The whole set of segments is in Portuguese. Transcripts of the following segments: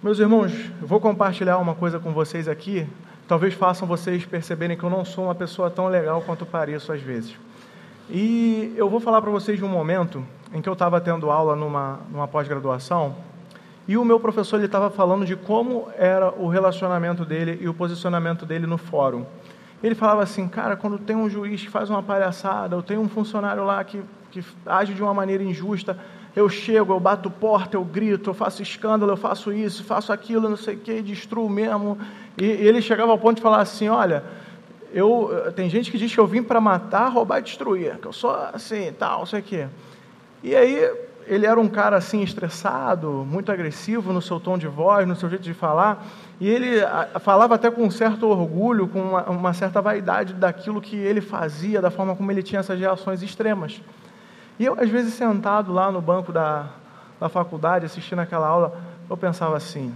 Meus irmãos, eu vou compartilhar uma coisa com vocês aqui, talvez façam vocês perceberem que eu não sou uma pessoa tão legal quanto pareço às vezes. E eu vou falar para vocês de um momento em que eu estava tendo aula numa pós-graduação, e o meu professor estava falando de como era o relacionamento dele e o posicionamento dele no fórum. Ele falava assim, cara, quando tem um juiz que faz uma palhaçada, ou tem um funcionário lá que age de uma maneira injusta, eu chego, eu bato porta, eu grito, eu faço escândalo, eu faço isso, faço aquilo, não sei o que, destruo mesmo. E ele chegava ao ponto de falar assim, olha, tem gente que diz que eu vim para matar, roubar e destruir, que eu sou assim, tal, não sei o que. E aí, ele era um cara assim, estressado, muito agressivo no seu tom de voz, no seu jeito de falar, e ele falava até com um certo orgulho, com uma certa vaidade daquilo que ele fazia, da forma como ele tinha essas reações extremas. E eu, às vezes, sentado lá no banco da faculdade, assistindo aquela aula, eu pensava assim,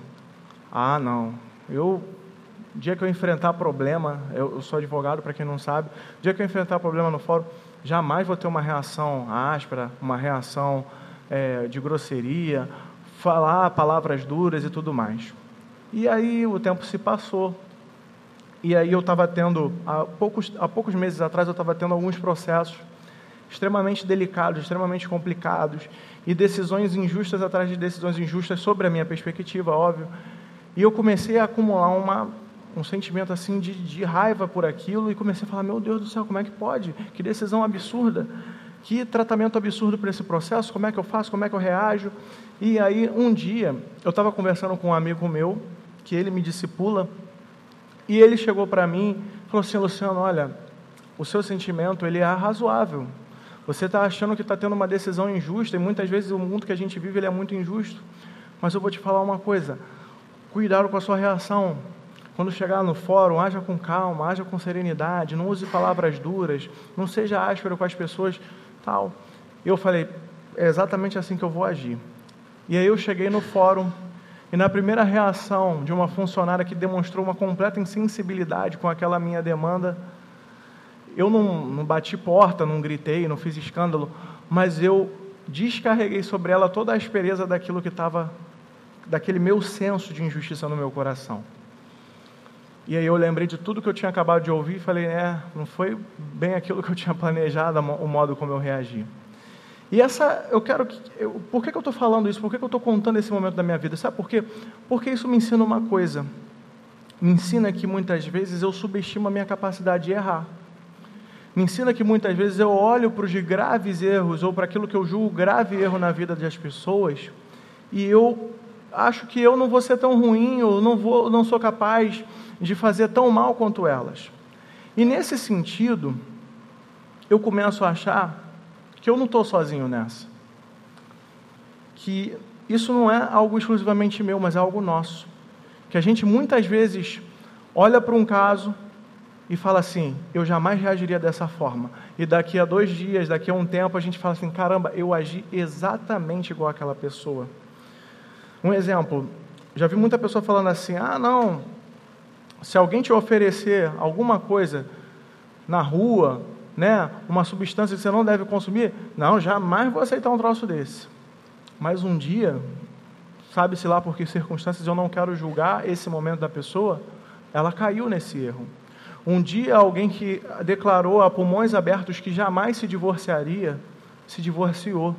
não, o dia que eu enfrentar problema, eu sou advogado, para quem não sabe, o dia que eu enfrentar problema no fórum, jamais vou ter uma reação áspera, uma reação de grosseria, falar palavras duras e tudo mais. E aí o tempo se passou, e aí eu estava tendo, há poucos meses atrás, eu estava tendo alguns processos extremamente delicados, extremamente complicados, e decisões injustas atrás de decisões injustas sobre a minha perspectiva, óbvio. E eu comecei a acumular um sentimento assim de raiva por aquilo, e comecei a falar, meu Deus do céu, como é que pode? Que decisão absurda, que tratamento absurdo para esse processo, como é que eu faço, como é que eu reajo? E aí, um dia, eu estava conversando com um amigo meu, que ele me discipula, e ele chegou para mim e falou assim, Luciano, olha, o seu sentimento, ele é razoável. Você está achando que está tendo uma decisão injusta, e muitas vezes o mundo que a gente vive ele é muito injusto. Mas eu vou te falar uma coisa, cuidado com a sua reação. Quando chegar no fórum, haja com calma, haja com serenidade, não use palavras duras, não seja áspero com as pessoas, tal. Eu falei, é exatamente assim que eu vou agir. E aí eu cheguei no fórum, e na primeira reação de uma funcionária que demonstrou uma completa insensibilidade com aquela minha demanda, eu não bati porta, não gritei, não fiz escândalo, mas eu descarreguei sobre ela toda a aspereza daquilo que estava, daquele meu senso de injustiça no meu coração. E aí eu lembrei de tudo que eu tinha acabado de ouvir e falei, não foi bem aquilo que eu tinha planejado, o modo como eu reagi. E por que eu estou falando isso? Por que eu estou contando esse momento da minha vida? Sabe por quê? Porque isso me ensina uma coisa. Me ensina que muitas vezes eu subestimo a minha capacidade de errar. Me ensina que muitas vezes eu olho para os graves erros, ou para aquilo que eu julgo grave erro na vida das pessoas, e eu acho que eu não vou ser tão ruim, ou não sou capaz de fazer tão mal quanto elas. E nesse sentido, eu começo a achar que eu não estou sozinho nessa. Que isso não é algo exclusivamente meu, mas é algo nosso. Que a gente muitas vezes olha para um caso e fala assim, eu jamais reagiria dessa forma. E daqui a 2 dias, daqui a um tempo, a gente fala assim, caramba, eu agi exatamente igual àquela pessoa. Um exemplo, já vi muita pessoa falando assim, não, se alguém te oferecer alguma coisa na rua, uma substância que você não deve consumir, não, jamais vou aceitar um troço desse. Mas um dia, sabe-se lá por que circunstâncias, eu não quero julgar esse momento da pessoa, ela caiu nesse erro. Um dia, alguém que declarou a pulmões abertos que jamais se divorciaria, se divorciou.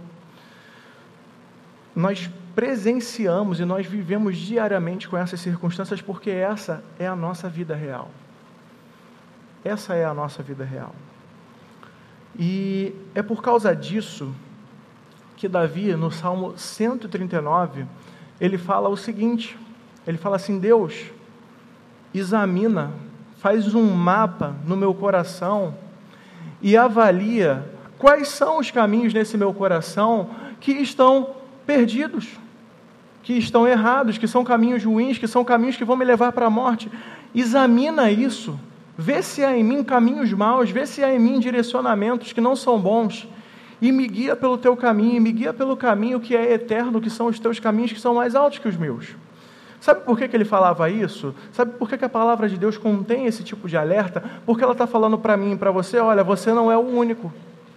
Nós presenciamos e nós vivemos diariamente com essas circunstâncias porque essa é a nossa vida real. Essa é a nossa vida real. E é por causa disso que Davi, no Salmo 139, ele fala o seguinte, ele fala assim, Deus, examina, faz um mapa no meu coração e avalia quais são os caminhos nesse meu coração que estão perdidos, que estão errados, que são caminhos ruins, que são caminhos que vão me levar para a morte. Examina isso, vê se há em mim caminhos maus, vê se há em mim direcionamentos que não são bons, e me guia pelo teu caminho, me guia pelo caminho que é eterno, que são os teus caminhos que são mais altos que os meus. Sabe por que ele falava isso? Sabe por que a palavra de Deus contém esse tipo de alerta? Porque ela está falando para mim e para você, olha, você não é o único.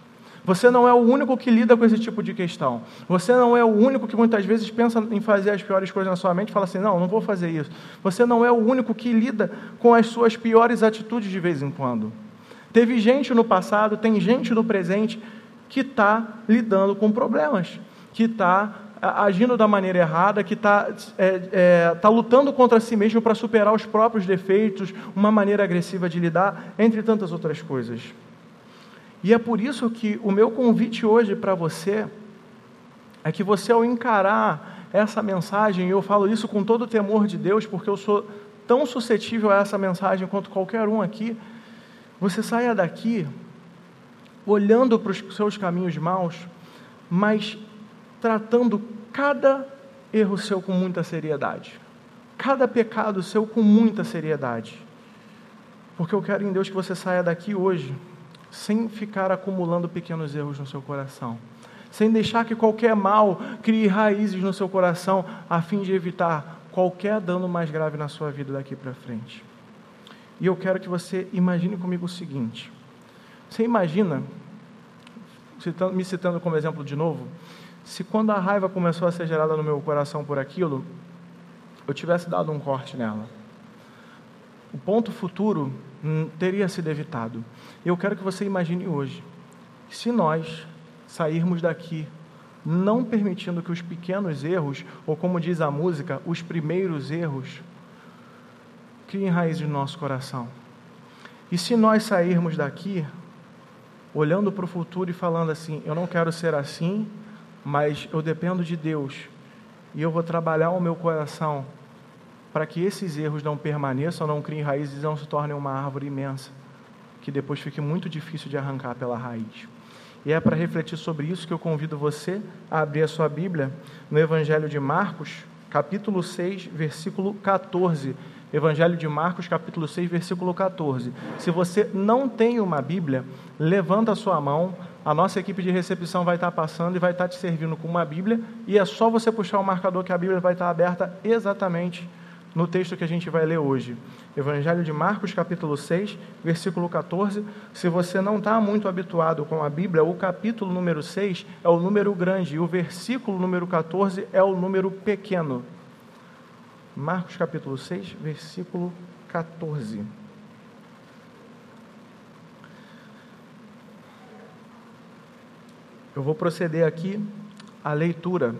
Você não é o único que lida com esse tipo de questão. Você não é o único que muitas vezes pensa em fazer as piores coisas na sua mente e fala assim, não vou fazer isso. Você não é o único que lida com as suas piores atitudes de vez em quando. Teve gente no passado, tem gente no presente que está lidando com problemas, que está agindo da maneira errada, que está lutando contra si mesmo para superar os próprios defeitos, uma maneira agressiva de lidar, entre tantas outras coisas. E é por isso que o meu convite hoje para você é que você, ao encarar essa mensagem, e eu falo isso com todo o temor de Deus, porque eu sou tão suscetível a essa mensagem quanto qualquer um aqui, você saia daqui olhando para os seus caminhos maus, mas tratando cada erro seu com muita seriedade, cada pecado seu com muita seriedade, porque eu quero em Deus que você saia daqui hoje sem ficar acumulando pequenos erros no seu coração, sem deixar que qualquer mal crie raízes no seu coração, a fim de evitar qualquer dano mais grave na sua vida daqui para frente. E eu quero que você imagine comigo o seguinte, você imagina, me citando como exemplo de novo, se quando a raiva começou a ser gerada no meu coração por aquilo, eu tivesse dado um corte nela, o ponto futuro teria sido evitado. Eu quero que você imagine hoje, se nós sairmos daqui não permitindo que os pequenos erros, ou como diz a música, os primeiros erros, criem raízes no nosso coração. E se nós sairmos daqui olhando para o futuro e falando assim, eu não quero ser assim, mas eu dependo de Deus, e eu vou trabalhar o meu coração para que esses erros não permaneçam, não criem raízes e não se tornem uma árvore imensa, que depois fique muito difícil de arrancar pela raiz. E é para refletir sobre isso que eu convido você a abrir a sua Bíblia no Evangelho de Marcos, capítulo 6, versículo 14. Evangelho de Marcos, capítulo 6, versículo 14. Se você não tem uma Bíblia, levanta a sua mão, a nossa equipe de recepção vai estar passando e vai estar te servindo com uma Bíblia, e é só você puxar o marcador que a Bíblia vai estar aberta exatamente no texto que a gente vai ler hoje. Evangelho de Marcos, capítulo 6, versículo 14. Se você não está muito habituado com a Bíblia, o capítulo número 6 é o número grande e o versículo número 14 é o número pequeno. Marcos, capítulo 6, versículo 14. Eu vou proceder aqui à leitura.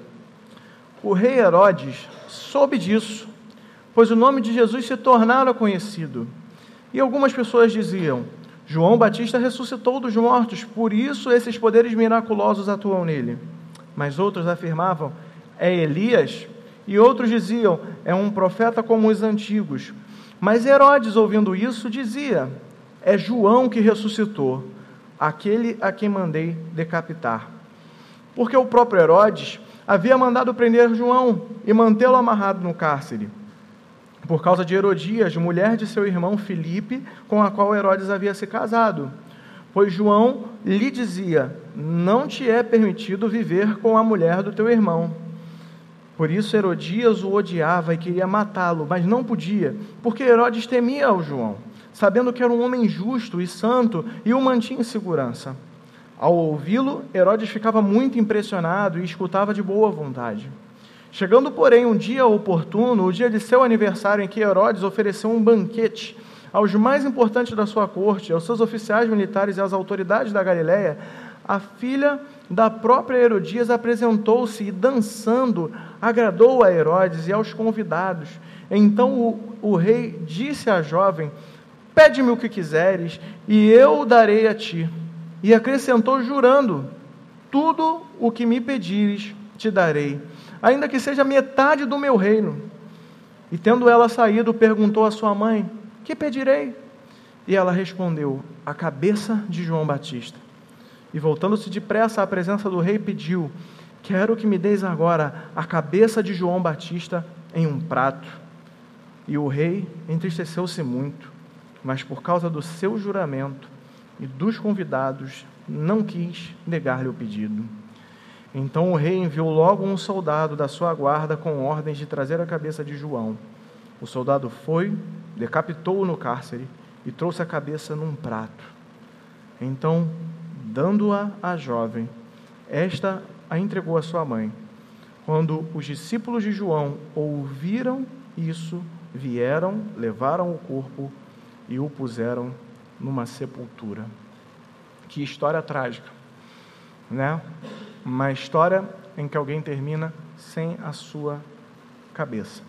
O rei Herodes soube disso, pois o nome de Jesus se tornara conhecido. E algumas pessoas diziam, João Batista ressuscitou dos mortos, por isso esses poderes miraculosos atuam nele. Mas outros afirmavam, é Elias, e outros diziam, é um profeta como os antigos. Mas Herodes, ouvindo isso, dizia, é João que ressuscitou, aquele a quem mandei decapitar. Porque o próprio Herodes havia mandado prender João e mantê-lo amarrado no cárcere, por causa de Herodias, mulher de seu irmão Filipe, com a qual Herodes havia se casado. Pois João lhe dizia, não te é permitido viver com a mulher do teu irmão. Por isso Herodias o odiava e queria matá-lo, mas não podia, porque Herodes temia ao João, sabendo que era um homem justo e santo e o mantinha em segurança. Ao ouvi-lo, Herodes ficava muito impressionado e escutava de boa vontade. Chegando, porém, um dia oportuno, o dia de seu aniversário, em que Herodes ofereceu um banquete aos mais importantes da sua corte, aos seus oficiais militares e às autoridades da Galileia, a filha da própria Herodias apresentou-se e, dançando, agradou a Herodes e aos convidados. Então o rei disse à jovem, pede-me o que quiseres, e eu o darei a ti. E acrescentou, jurando, tudo o que me pedires te darei, ainda que seja metade do meu reino. E tendo ela saído, perguntou à sua mãe, que pedirei? E ela respondeu, a cabeça de João Batista. E voltando-se depressa à presença do rei, pediu, quero que me deis agora a cabeça de João Batista em um prato. E o rei entristeceu-se muito, mas por causa do seu juramento e dos convidados, não quis negar-lhe o pedido. Então o rei enviou logo um soldado da sua guarda com ordens de trazer a cabeça de João. O soldado foi, decapitou-o no cárcere e trouxe a cabeça num prato. Então dando-a à jovem, esta a entregou à sua mãe. Quando os discípulos de João ouviram isso, vieram, levaram o corpo e o puseram numa sepultura. Que história trágica, né? Uma história em que alguém termina sem a sua cabeça.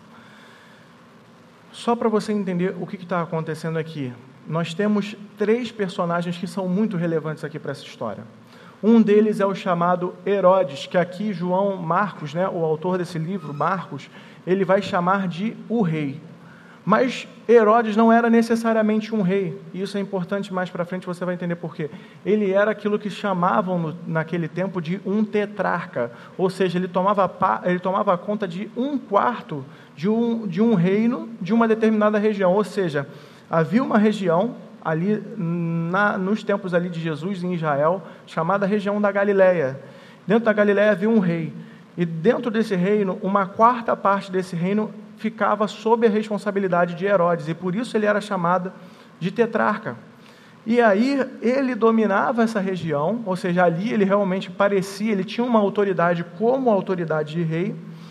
Só para você entender o que está acontecendo aqui, nós temos 3 personagens que são muito relevantes aqui para essa história. Um deles é o chamado Herodes, que aqui João Marcos, né, o autor desse livro, Marcos, ele vai chamar de o rei. Mas Herodes não era necessariamente um rei, e isso é importante, mais para frente você vai entender por quê. Ele era aquilo que chamavam naquele tempo de um tetrarca, ou seja, ele tomava conta de 1/4 de um reino de uma determinada região, ou seja, havia uma região ali nos tempos ali de Jesus em Israel, chamada região da Galileia. Dentro da Galileia havia um rei, e dentro desse reino, 1/4 parte desse reino ficava sob a responsabilidade de Herodes, e por isso ele era chamado de tetrarca. E aí ele dominava essa região, ou seja, ali ele realmente parecia, ele tinha uma autoridade como autoridade de rei,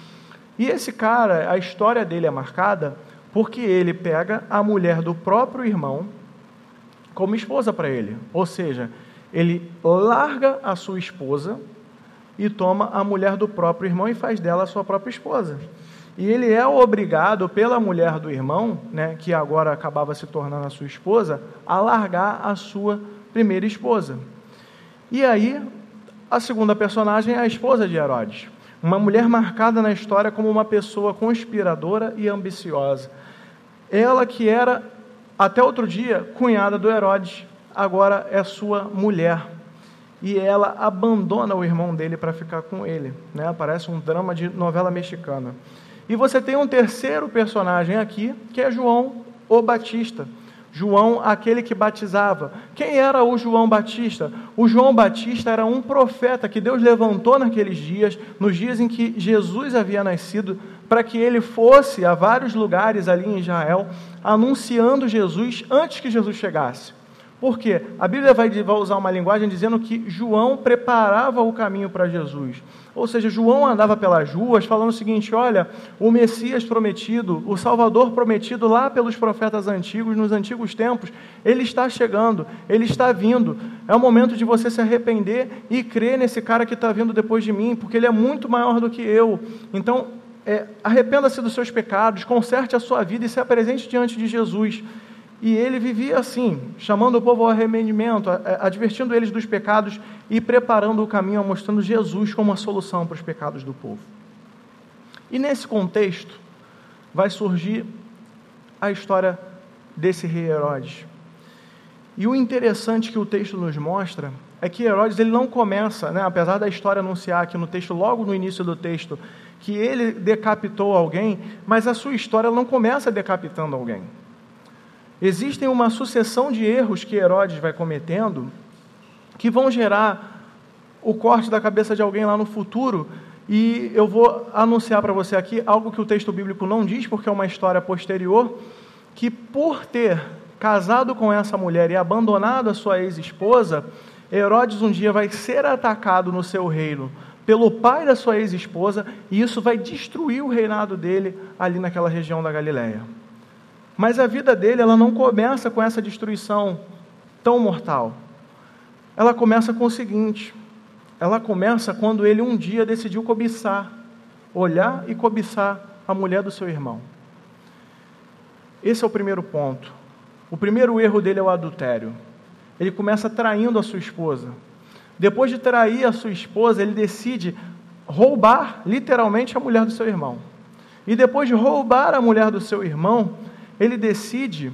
e esse cara, a história dele é marcada porque ele pega a mulher do próprio irmão como esposa para ele, ou seja, ele larga a sua esposa e toma a mulher do próprio irmão e faz dela a sua própria esposa. E ele é obrigado pela mulher do irmão, né, que agora acabava se tornando a sua esposa, a largar a sua primeira esposa. E aí, a segunda personagem é a esposa de Herodes, uma mulher marcada na história como uma pessoa conspiradora e ambiciosa. Ela que era, até outro dia, cunhada do Herodes, agora é sua mulher. E ela abandona o irmão dele para ficar com ele, né? Parece um drama de novela mexicana. E você tem um terceiro personagem aqui, que é João o Batista. João, aquele que batizava. Quem era o João Batista? O João Batista era um profeta que Deus levantou naqueles dias, nos dias em que Jesus havia nascido, para que ele fosse a vários lugares ali em Israel, anunciando Jesus antes que Jesus chegasse. Por quê? A Bíblia vai usar uma linguagem dizendo que João preparava o caminho para Jesus. Ou seja, João andava pelas ruas falando o seguinte: olha, o Messias prometido, o Salvador prometido lá pelos profetas antigos, nos antigos tempos, ele está chegando, ele está vindo. É o momento de você se arrepender e crer nesse cara que está vindo depois de mim, porque ele é muito maior do que eu. Então, arrependa-se dos seus pecados, conserte a sua vida e se apresente diante de Jesus. E ele vivia assim, chamando o povo ao arrependimento, advertindo eles dos pecados e preparando o caminho, mostrando Jesus como a solução para os pecados do povo. E nesse contexto, vai surgir a história desse rei Herodes. E o interessante que o texto nos mostra é que Herodes ele não começa, né, apesar da história anunciar aqui no texto, logo no início do texto, que ele decapitou alguém, mas a sua história não começa decapitando alguém. Existem uma sucessão de erros que Herodes vai cometendo que vão gerar o corte da cabeça de alguém lá no futuro, e eu vou anunciar para você aqui algo que o texto bíblico não diz, porque é uma história posterior, que por ter casado com essa mulher e abandonado a sua ex-esposa, Herodes um dia vai ser atacado no seu reino pelo pai da sua ex-esposa, e isso vai destruir o reinado dele ali naquela região da Galileia. Mas a vida dele, ela não começa com essa destruição tão mortal. Ela começa com o seguinte: ela começa quando ele um dia decidiu cobiçar, olhar e cobiçar a mulher do seu irmão. Esse é o primeiro ponto. O primeiro erro dele é o adultério. Ele começa traindo a sua esposa. Depois de trair a sua esposa, ele decide roubar, literalmente, a mulher do seu irmão. E depois de roubar a mulher do seu irmão, ele decide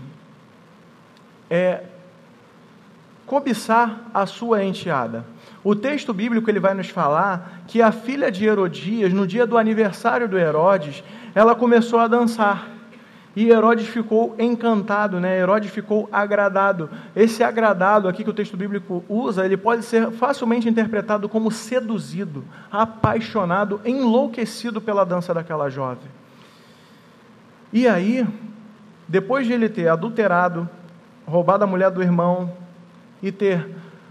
cobiçar a sua enteada. O texto bíblico ele vai nos falar que a filha de Herodias, no dia do aniversário do Herodes, ela começou a dançar. E Herodes ficou encantado, né? Herodes ficou agradado. Esse agradado aqui que o texto bíblico usa, ele pode ser facilmente interpretado como seduzido, apaixonado, enlouquecido pela dança daquela jovem. E aí, depois de ele ter adulterado, roubado a mulher do irmão e ter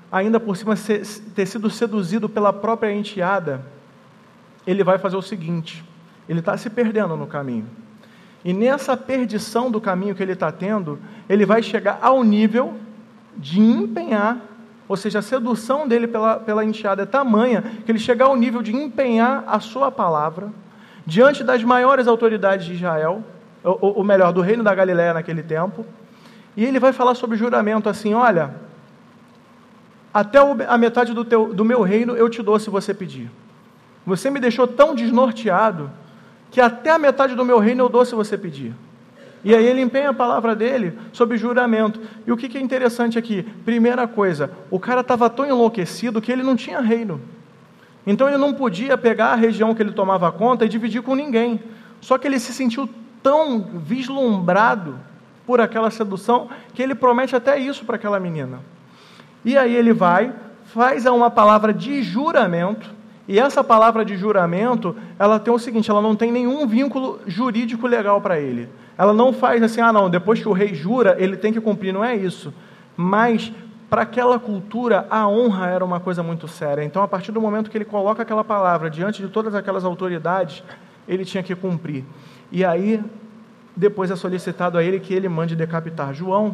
ainda por cima ter sido seduzido pela própria enteada, ele vai fazer o seguinte: ele está se perdendo no caminho. E nessa perdição do caminho que ele está tendo, ele vai chegar ao nível de empenhar, ou seja, a sedução dele pela enteada é tamanha, que ele chega ao nível de empenhar a sua palavra diante das maiores autoridades de Israel, ou melhor, do reino da Galileia naquele tempo, e ele vai falar sobre juramento assim: olha, até a metade do meu reino eu te dou se você pedir. Você me deixou tão desnorteado que até a metade do meu reino eu dou se você pedir. E aí ele empenha a palavra dele sobre juramento. E o que é interessante aqui? Primeira coisa, o cara estava tão enlouquecido que ele não tinha reino. Então ele não podia pegar a região que ele tomava conta e dividir com ninguém. Só que ele se sentiu tão vislumbrado por aquela sedução que ele promete até isso para aquela menina. E aí ele faz uma palavra de juramento. E essa palavra de juramento, ela tem o seguinte: ela não tem nenhum vínculo jurídico legal para ele. Ela não faz assim: não, depois que o rei jura, ele tem que cumprir. Não é isso. Mas, para aquela cultura, a honra era uma coisa muito séria. Então, a partir do momento que ele coloca aquela palavra diante de todas aquelas autoridades, ele tinha que cumprir. E aí, depois é solicitado a ele que ele mande decapitar João.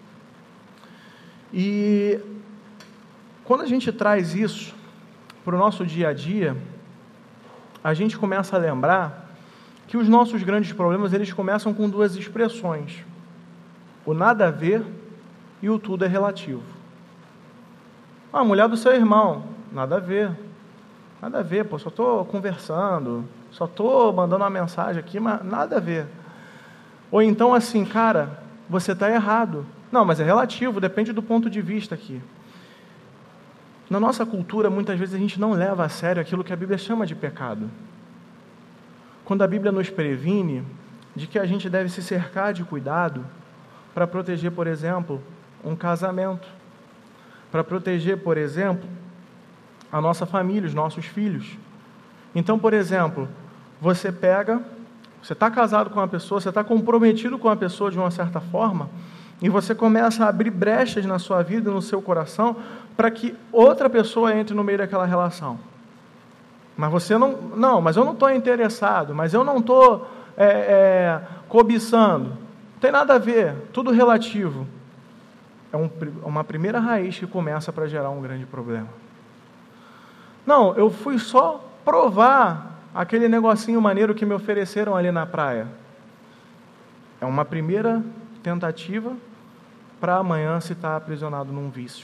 E quando a gente traz isso para o nosso dia a dia, a gente começa a lembrar que os nossos grandes problemas, eles começam com duas expressões: o nada a ver e o tudo é relativo. A mulher do seu irmão, nada a ver, só estou conversando, só estou mandando uma mensagem aqui, mas nada a ver. Ou então assim: cara, você está errado. Não, mas é relativo, depende do ponto de vista aqui. Na nossa cultura, muitas vezes a gente não leva a sério aquilo que a Bíblia chama de pecado. Quando a Bíblia nos previne de que a gente deve se cercar de cuidado para proteger, por exemplo, um casamento, para proteger, por exemplo, a nossa família, os nossos filhos. Então, por exemplo, você está casado com uma pessoa, você está comprometido com uma pessoa de uma certa forma, e você começa a abrir brechas na sua vida, no seu coração, para que outra pessoa entre no meio daquela relação. Mas você mas eu não estou interessado, mas eu não estou cobiçando. Não tem nada a ver, tudo relativo. É uma primeira raiz que começa para gerar um grande problema. Não, eu fui só provar aquele negocinho maneiro que me ofereceram ali na praia. É uma primeira tentativa para amanhã se estar aprisionado num vício.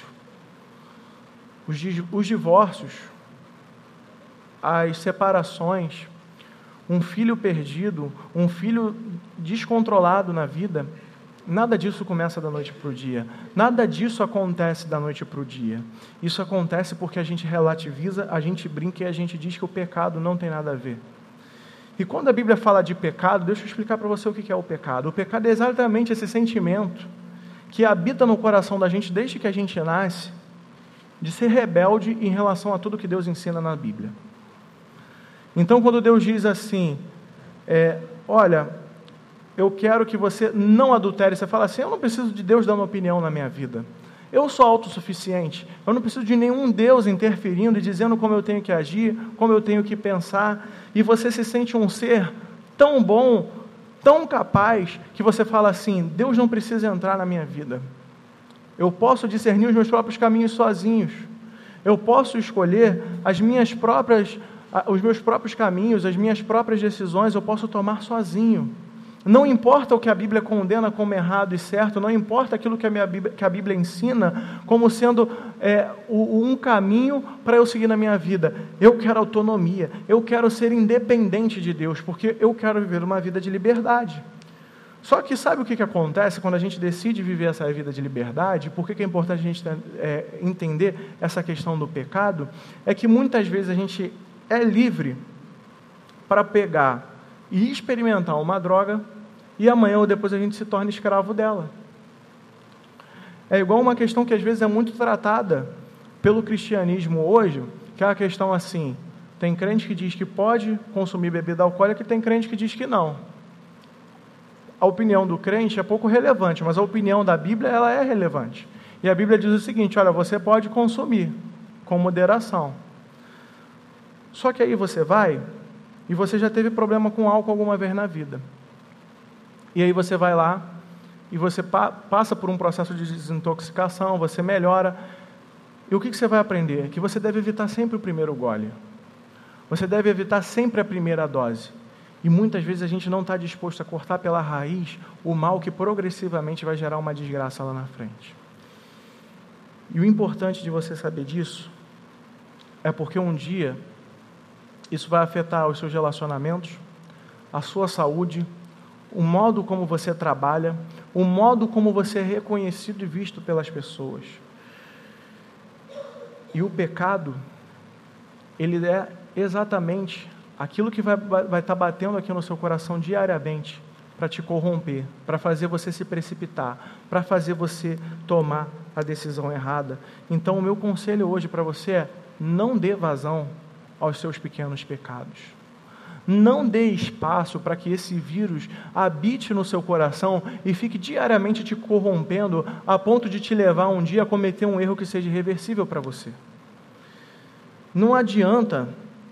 Os divórcios, as separações, um filho perdido, um filho descontrolado na vida, nada disso começa da noite para o dia. Nada disso acontece da noite para o dia. Isso acontece porque a gente relativiza, a gente brinca e a gente diz que o pecado não tem nada a ver. E quando a Bíblia fala de pecado, deixa eu explicar para você o que é o pecado. O pecado é exatamente esse sentimento que habita no coração da gente desde que a gente nasce, de ser rebelde em relação a tudo que Deus ensina na Bíblia. Então, quando Deus diz assim, olha, eu quero que você não adultere, você fala assim: eu não preciso de Deus dando opinião na minha vida. Eu sou autossuficiente, eu não preciso de nenhum Deus interferindo e dizendo como eu tenho que agir, como eu tenho que pensar, e você se sente um ser tão bom, tão capaz, que você fala assim: Deus não precisa entrar na minha vida. Eu posso discernir os meus próprios caminhos sozinhos. Eu posso escolher os meus próprios caminhos, as minhas próprias decisões, eu posso tomar sozinho. Não importa o que a Bíblia condena como errado e certo, não importa aquilo que a Bíblia ensina como sendo um caminho para eu seguir na minha vida. Eu quero autonomia, eu quero ser independente de Deus, porque eu quero viver uma vida de liberdade. Só que sabe o que acontece quando a gente decide viver essa vida de liberdade? Por que é importante a gente entender essa questão do pecado? É que muitas vezes a gente é livre para pegar e experimentar uma droga e amanhã ou depois a gente se torna escravo dela. É igual uma questão que às vezes é muito tratada pelo cristianismo hoje, que é a questão assim: tem crente que diz que pode consumir bebida alcoólica e tem crente que diz que não. A opinião do crente é pouco relevante, mas a opinião da Bíblia ela é relevante. E a Bíblia diz o seguinte: olha, você pode consumir com moderação. Só que aí você vai e você já teve problema com álcool alguma vez na vida. E aí você vai lá e você passa por um processo de desintoxicação, você melhora. E o que você vai aprender? Que você deve evitar sempre o primeiro gole. Você deve evitar sempre a primeira dose. E muitas vezes a gente não está disposto a cortar pela raiz o mal que progressivamente vai gerar uma desgraça lá na frente. E o importante de você saber disso é porque um dia isso vai afetar os seus relacionamentos, a sua saúde, o modo como você trabalha, o modo como você é reconhecido e visto pelas pessoas. E o pecado, ele é exatamente aquilo que vai estar batendo aqui no seu coração diariamente para te corromper, para fazer você se precipitar, para fazer você tomar a decisão errada. Então, o meu conselho hoje para você é: não dê vazão aos seus pequenos pecados. Não dê espaço para que esse vírus habite no seu coração e fique diariamente te corrompendo a ponto de te levar um dia a cometer um erro que seja irreversível para você. Não adianta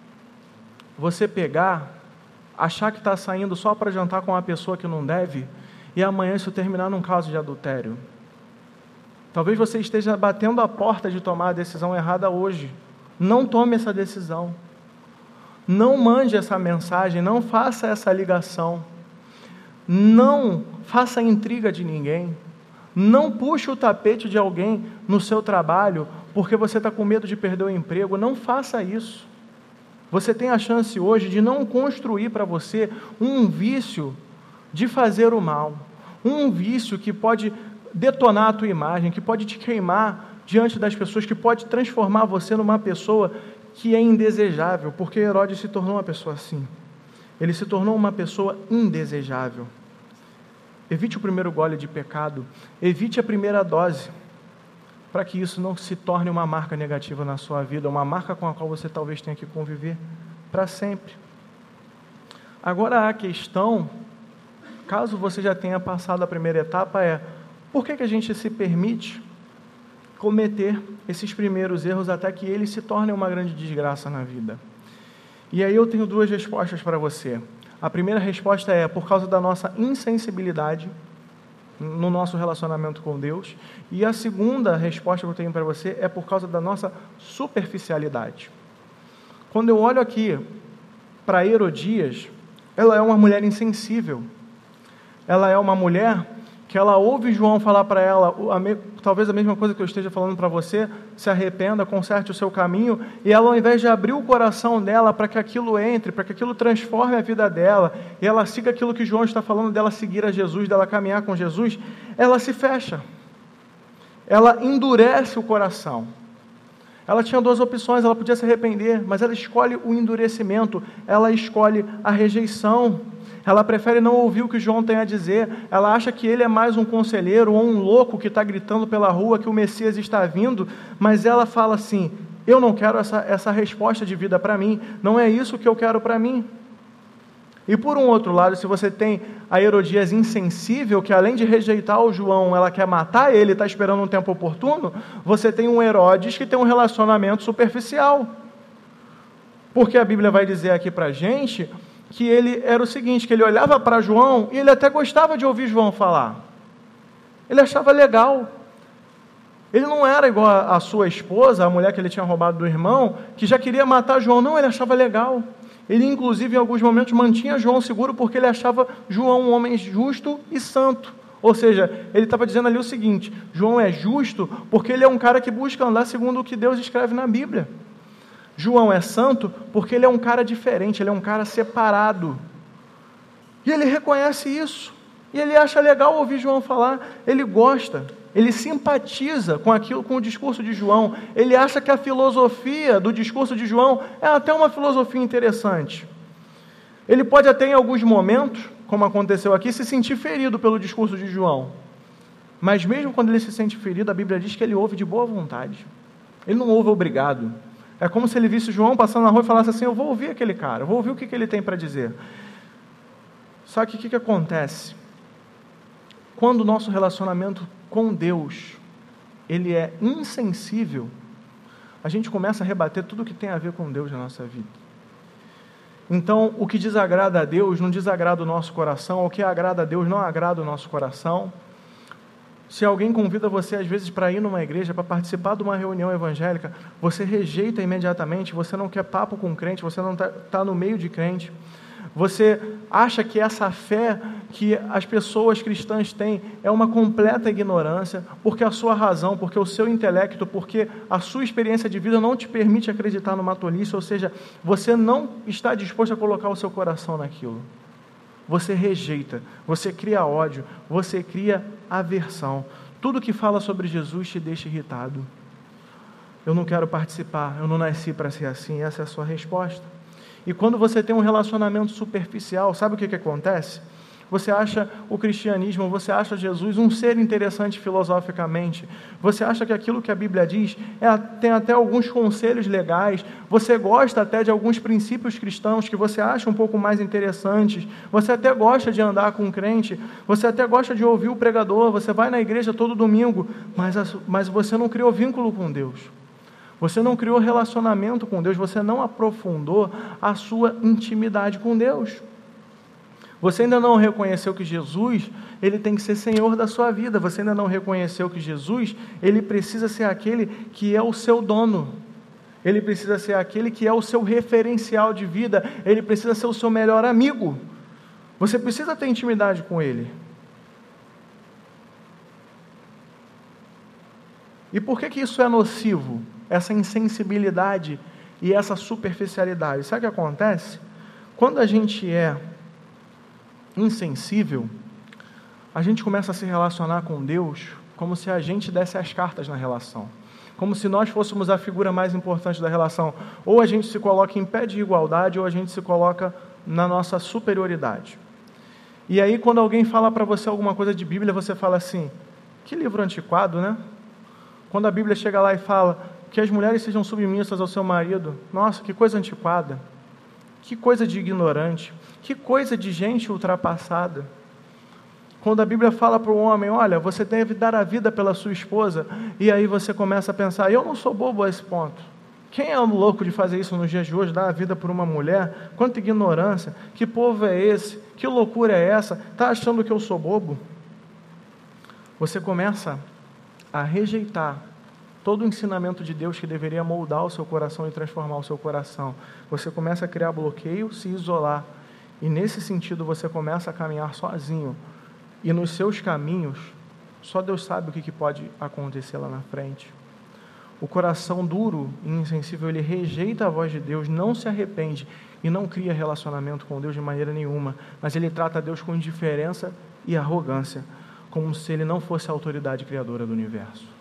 você pegar, achar que está saindo só para jantar com uma pessoa que não deve e amanhã isso terminar num caso de adultério. Talvez você esteja batendo a porta de tomar a decisão errada hoje. Não tome essa decisão. Não mande essa mensagem, não faça essa ligação. Não faça intriga de ninguém. Não puxe o tapete de alguém no seu trabalho porque você está com medo de perder o emprego. Não faça isso. Você tem a chance hoje de não construir para você um vício de fazer o mal. Um vício que pode detonar a tua imagem, que pode te queimar diante das pessoas, que pode transformar você numa pessoa que é indesejável, porque Herodes se tornou uma pessoa assim. Ele se tornou uma pessoa indesejável. Evite o primeiro gole de pecado, evite a primeira dose, para que isso não se torne uma marca negativa na sua vida, uma marca com a qual você talvez tenha que conviver para sempre. Agora a questão, caso você já tenha passado a primeira etapa, é: por que a gente se permite cometer esses primeiros erros até que eles se tornem uma grande desgraça na vida? E aí eu tenho duas respostas para você. A primeira resposta é por causa da nossa insensibilidade no nosso relacionamento com Deus. E a segunda resposta que eu tenho para você é por causa da nossa superficialidade. Quando eu olho aqui para Herodias, ela é uma mulher insensível. Ela é uma mulher que ela ouve João falar para ela, talvez a mesma coisa que eu esteja falando para você: se arrependa, conserte o seu caminho, e ela, ao invés de abrir o coração dela para que aquilo entre, para que aquilo transforme a vida dela, e ela siga aquilo que João está falando dela seguir a Jesus, dela caminhar com Jesus, ela se fecha, ela endurece o coração. Ela tinha duas opções: ela podia se arrepender, mas ela escolhe o endurecimento, ela escolhe a rejeição. Ela prefere não ouvir o que João tem a dizer. Ela acha que ele é mais um conselheiro ou um louco que está gritando pela rua que o Messias está vindo, mas ela fala assim: eu não quero essa resposta de vida para mim, não é isso que eu quero para mim. E por um outro lado, se você tem a Herodias insensível, que além de rejeitar o João, ela quer matar ele, está esperando um tempo oportuno, você tem um Herodes que tem um relacionamento superficial. Porque a Bíblia vai dizer aqui para a gente que ele era o seguinte, que ele olhava para João e ele até gostava de ouvir João falar. Ele achava legal. Ele não era igual a sua esposa, a mulher que ele tinha roubado do irmão, que já queria matar João. Não, ele achava legal. Ele, inclusive, em alguns momentos, mantinha João seguro porque ele achava João um homem justo e santo. Ou seja, ele estava dizendo ali o seguinte: João é justo porque ele é um cara que busca andar segundo o que Deus escreve na Bíblia. João é santo porque ele é um cara diferente, ele é um cara separado. E ele reconhece isso. E ele acha legal ouvir João falar, ele gosta, ele simpatiza com o discurso de João, ele acha que a filosofia do discurso de João é até uma filosofia interessante. Ele pode até em alguns momentos, como aconteceu aqui, se sentir ferido pelo discurso de João. Mas mesmo quando ele se sente ferido, a Bíblia diz que ele ouve de boa vontade. Ele não ouve obrigado. É como se ele visse João passando na rua e falasse assim: eu vou ouvir aquele cara, eu vou ouvir o que ele tem para dizer. Só que o que acontece? Quando o nosso relacionamento com Deus ele é insensível, a gente começa a rebater tudo que tem a ver com Deus na nossa vida. Então, o que desagrada a Deus não desagrada o nosso coração, o que agrada a Deus não agrada o nosso coração. Se alguém convida você, às vezes, para ir numa igreja, para participar de uma reunião evangélica, você rejeita imediatamente, você não quer papo com crente, você não está no meio de crente. Você acha que essa fé que as pessoas cristãs têm é uma completa ignorância, porque a sua razão, porque o seu intelecto, porque a sua experiência de vida não te permite acreditar numa tolice, ou seja, você não está disposto a colocar o seu coração naquilo. Você rejeita, você cria ódio, você cria aversão. Tudo que fala sobre Jesus te deixa irritado. Eu não quero participar, eu não nasci para ser assim, essa é a sua resposta. E quando você tem um relacionamento superficial, sabe o que acontece? Você acha o cristianismo, você acha Jesus um ser interessante filosoficamente, você acha que aquilo que a Bíblia diz tem até alguns conselhos legais, você gosta até de alguns princípios cristãos que você acha um pouco mais interessantes, você até gosta de andar com um crente, você até gosta de ouvir o pregador, você vai na igreja todo domingo, mas você não criou vínculo com Deus. Você não criou relacionamento com Deus, você não aprofundou a sua intimidade com Deus. Você ainda não reconheceu que Jesus, ele tem que ser Senhor da sua vida. Você ainda não reconheceu que Jesus, ele precisa ser aquele que é o seu dono. Ele precisa ser aquele que é o seu referencial de vida. Ele precisa ser o seu melhor amigo. Você precisa ter intimidade com ele. E por que isso é nocivo? Essa insensibilidade e essa superficialidade. Sabe o que acontece? Quando a gente é insensível, a gente começa a se relacionar com Deus como se a gente desse as cartas na relação. Como se nós fôssemos a figura mais importante da relação. Ou a gente se coloca em pé de igualdade, ou a gente se coloca na nossa superioridade. E aí, quando alguém fala para você alguma coisa de Bíblia, você fala assim, que livro antiquado, né? Quando a Bíblia chega lá e fala que as mulheres sejam submissas ao seu marido, nossa, que coisa antiquada, que coisa de ignorante, que coisa de gente ultrapassada. Quando a Bíblia fala para o homem, olha, você deve dar a vida pela sua esposa, e aí você começa a pensar, eu não sou bobo a esse ponto. Quem é o louco de fazer isso nos dias de hoje, dar a vida por uma mulher? Quanta ignorância, que povo é esse? Que loucura é essa? Está achando que eu sou bobo? Você começa a rejeitar todo o ensinamento de Deus que deveria moldar o seu coração e transformar o seu coração. Você começa a criar bloqueio, se isolar. E nesse sentido você começa a caminhar sozinho. E nos seus caminhos, só Deus sabe o que pode acontecer lá na frente. O coração duro e insensível, ele rejeita a voz de Deus, não se arrepende e não cria relacionamento com Deus de maneira nenhuma. Mas ele trata Deus com indiferença e arrogância, como se ele não fosse a autoridade criadora do universo.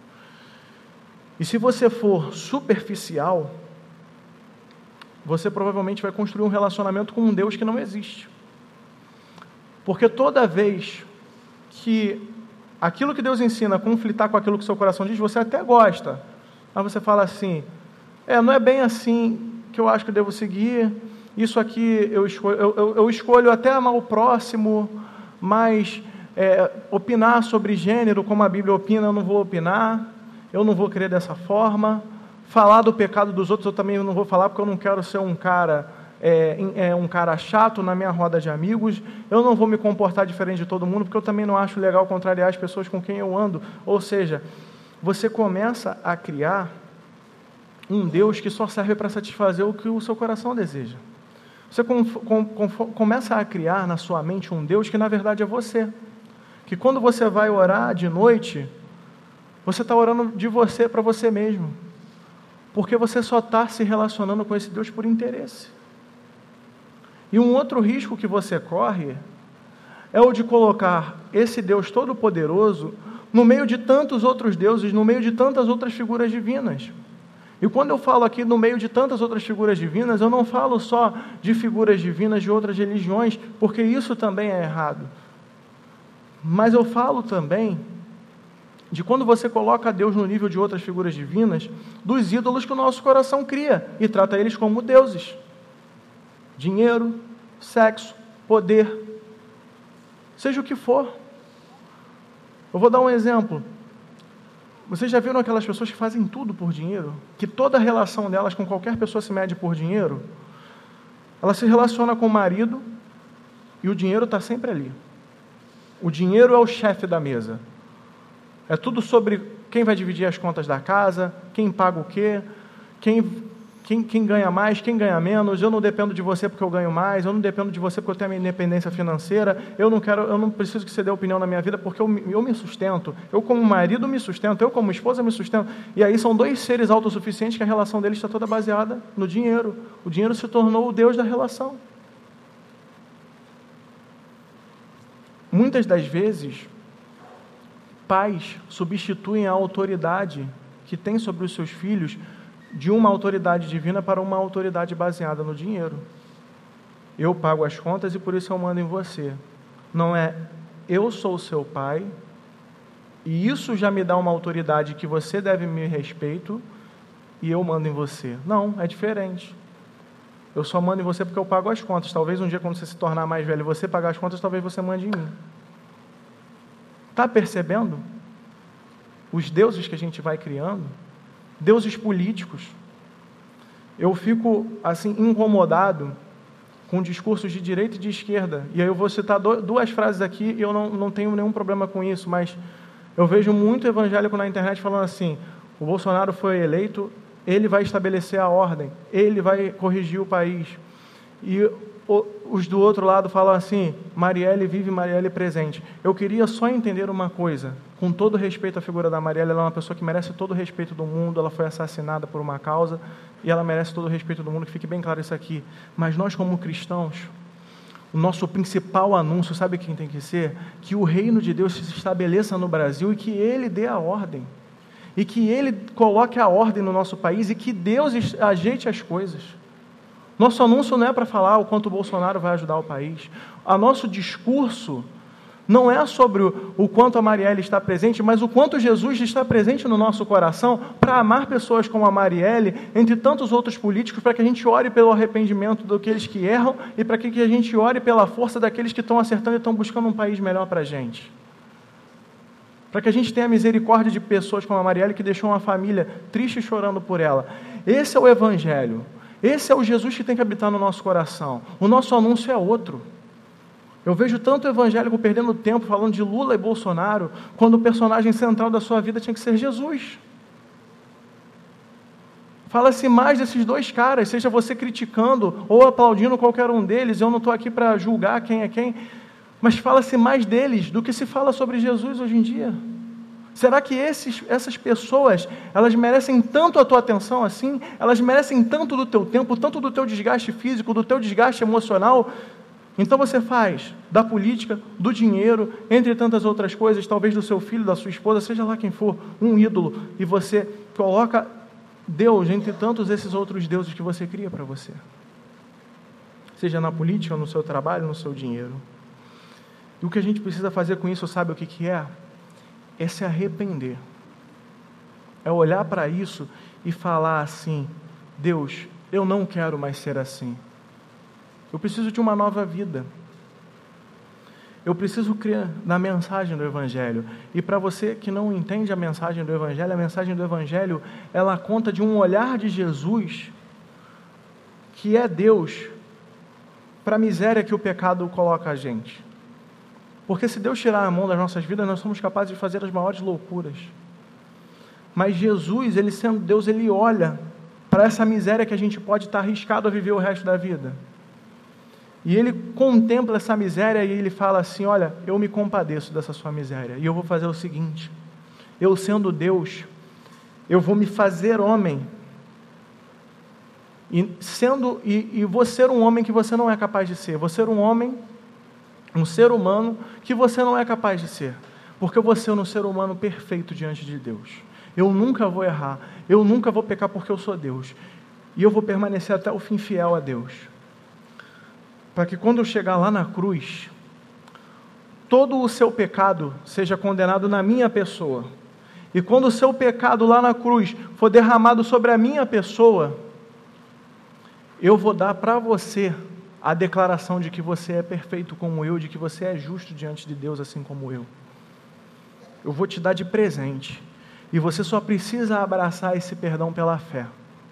E se você for superficial, você provavelmente vai construir um relacionamento com um Deus que não existe. Porque toda vez que aquilo que Deus ensina conflitar com aquilo que seu coração diz, você até gosta, mas você fala assim, não é bem assim que eu acho que eu devo seguir, isso aqui eu escolho até amar o próximo, mas opinar sobre gênero, como a Bíblia opina, eu não vou opinar, eu não vou crer dessa forma, falar do pecado dos outros eu também não vou falar, porque eu não quero ser um cara chato na minha roda de amigos, eu não vou me comportar diferente de todo mundo, porque eu também não acho legal contrariar as pessoas com quem eu ando. Ou seja, você começa a criar um Deus que só serve para satisfazer o que o seu coração deseja. Você começa a criar na sua mente um Deus que na verdade é você. Que quando você vai orar de noite, você está orando de você para você mesmo. Porque você só está se relacionando com esse Deus por interesse. E um outro risco que você corre é o de colocar esse Deus todo-poderoso no meio de tantos outros deuses, no meio de tantas outras figuras divinas. E quando eu falo aqui no meio de tantas outras figuras divinas, eu não falo só de figuras divinas de outras religiões, porque isso também é errado. Mas eu falo também de quando você coloca Deus no nível de outras figuras divinas, dos ídolos que o nosso coração cria e trata eles como deuses. Dinheiro, sexo, poder, seja o que for. Eu vou dar um exemplo. Vocês já viram aquelas pessoas que fazem tudo por dinheiro? Que toda a relação delas com qualquer pessoa se mede por dinheiro? Ela se relaciona com o marido e o dinheiro está sempre ali. O dinheiro é o chefe da mesa. É tudo sobre quem vai dividir as contas da casa, quem paga o quê, quem ganha mais, quem ganha menos. Eu não dependo de você porque eu ganho mais, eu não dependo de você porque eu tenho a minha independência financeira, eu não preciso que você dê opinião na minha vida porque eu me sustento, eu como marido me sustento, eu como esposa me sustento. E aí são dois seres autossuficientes que a relação deles está toda baseada no dinheiro. O dinheiro se tornou o Deus da relação. Muitas das vezes, pais substituem a autoridade que tem sobre os seus filhos de uma autoridade divina para uma autoridade baseada no dinheiro. Eu pago as contas e por isso eu mando em você. Não é eu sou seu pai e isso já me dá uma autoridade que você deve me respeito e eu mando em você. Não, é diferente. Eu só mando em você porque eu pago as contas. Talvez um dia quando você se tornar mais velho e você pagar as contas, talvez você mande em mim. Está percebendo? Os deuses que a gente vai criando, deuses políticos. Eu fico, assim, incomodado com discursos de direita e de esquerda. E aí eu vou citar duas frases aqui e eu não tenho nenhum problema com isso, mas eu vejo muito evangélico na internet falando assim, o Bolsonaro foi eleito, ele vai estabelecer a ordem, ele vai corrigir o país. E os do outro lado falam assim, Marielle vive, Marielle presente. Eu queria só entender uma coisa, com todo respeito à figura da Marielle, ela é uma pessoa que merece todo o respeito do mundo, ela foi assassinada por uma causa, e ela merece todo o respeito do mundo, que fique bem claro isso aqui. Mas nós, como cristãos, o nosso principal anúncio, sabe quem tem que ser? Que o reino de Deus se estabeleça no Brasil e que Ele dê a ordem. E que Ele coloque a ordem no nosso país e que Deus ajeite as coisas. Nosso anúncio não é para falar o quanto o Bolsonaro vai ajudar o país. O nosso discurso não é sobre o quanto a Marielle está presente, mas o quanto Jesus está presente no nosso coração para amar pessoas como a Marielle, entre tantos outros políticos, para que a gente ore pelo arrependimento daqueles que erram e para que a gente ore pela força daqueles que estão acertando e estão buscando um país melhor para a gente. Para que a gente tenha misericórdia de pessoas como a Marielle que deixou uma família triste e chorando por ela. Esse é o Evangelho. Esse é o Jesus que tem que habitar no nosso coração. O nosso anúncio é outro. Eu vejo tanto evangélico perdendo tempo falando de Lula e Bolsonaro, quando o personagem central da sua vida tinha que ser Jesus. Fala-se mais desses dois caras, seja você criticando ou aplaudindo qualquer um deles, eu não estou aqui para julgar quem é quem, mas fala-se mais deles do que se fala sobre Jesus hoje em dia. Será que essas pessoas, elas merecem tanto a tua atenção assim? Elas merecem tanto do teu tempo, tanto do teu desgaste físico, do teu desgaste emocional? Então você faz da política, do dinheiro, entre tantas outras coisas, talvez do seu filho, da sua esposa, seja lá quem for, um ídolo, e você coloca Deus entre tantos esses outros deuses que você cria para você. Seja na política, no seu trabalho, no seu dinheiro. E o que a gente precisa fazer com isso, sabe o que é? É se arrepender. É olhar para isso e falar assim, Deus, eu não quero mais ser assim. Eu preciso de uma nova vida. Eu preciso crer na mensagem do Evangelho. E para você que não entende a mensagem do Evangelho, ela conta de um olhar de Jesus, que é Deus, para a miséria que o pecado coloca a gente. Porque se Deus tirar a mão das nossas vidas, nós somos capazes de fazer as maiores loucuras. Mas Jesus, Ele sendo Deus, Ele olha para essa miséria que a gente pode estar arriscado a viver o resto da vida. E Ele contempla essa miséria e Ele fala assim, olha, eu me compadeço dessa sua miséria. E eu vou fazer o seguinte, eu sendo Deus, eu vou me fazer homem. E vou ser um homem que você não é capaz de ser. Vou ser um homem, um ser humano que você não é capaz de ser, porque eu vou ser um ser humano perfeito diante de Deus. Eu nunca vou errar, eu nunca vou pecar porque eu sou Deus, e eu vou permanecer até o fim fiel a Deus, para que quando eu chegar lá na cruz, todo o seu pecado seja condenado na minha pessoa, e quando o seu pecado lá na cruz for derramado sobre a minha pessoa, eu vou dar para você a declaração de que você é perfeito como eu, de que você é justo diante de Deus assim como eu. Eu vou te dar de presente. E você só precisa abraçar esse perdão pela fé.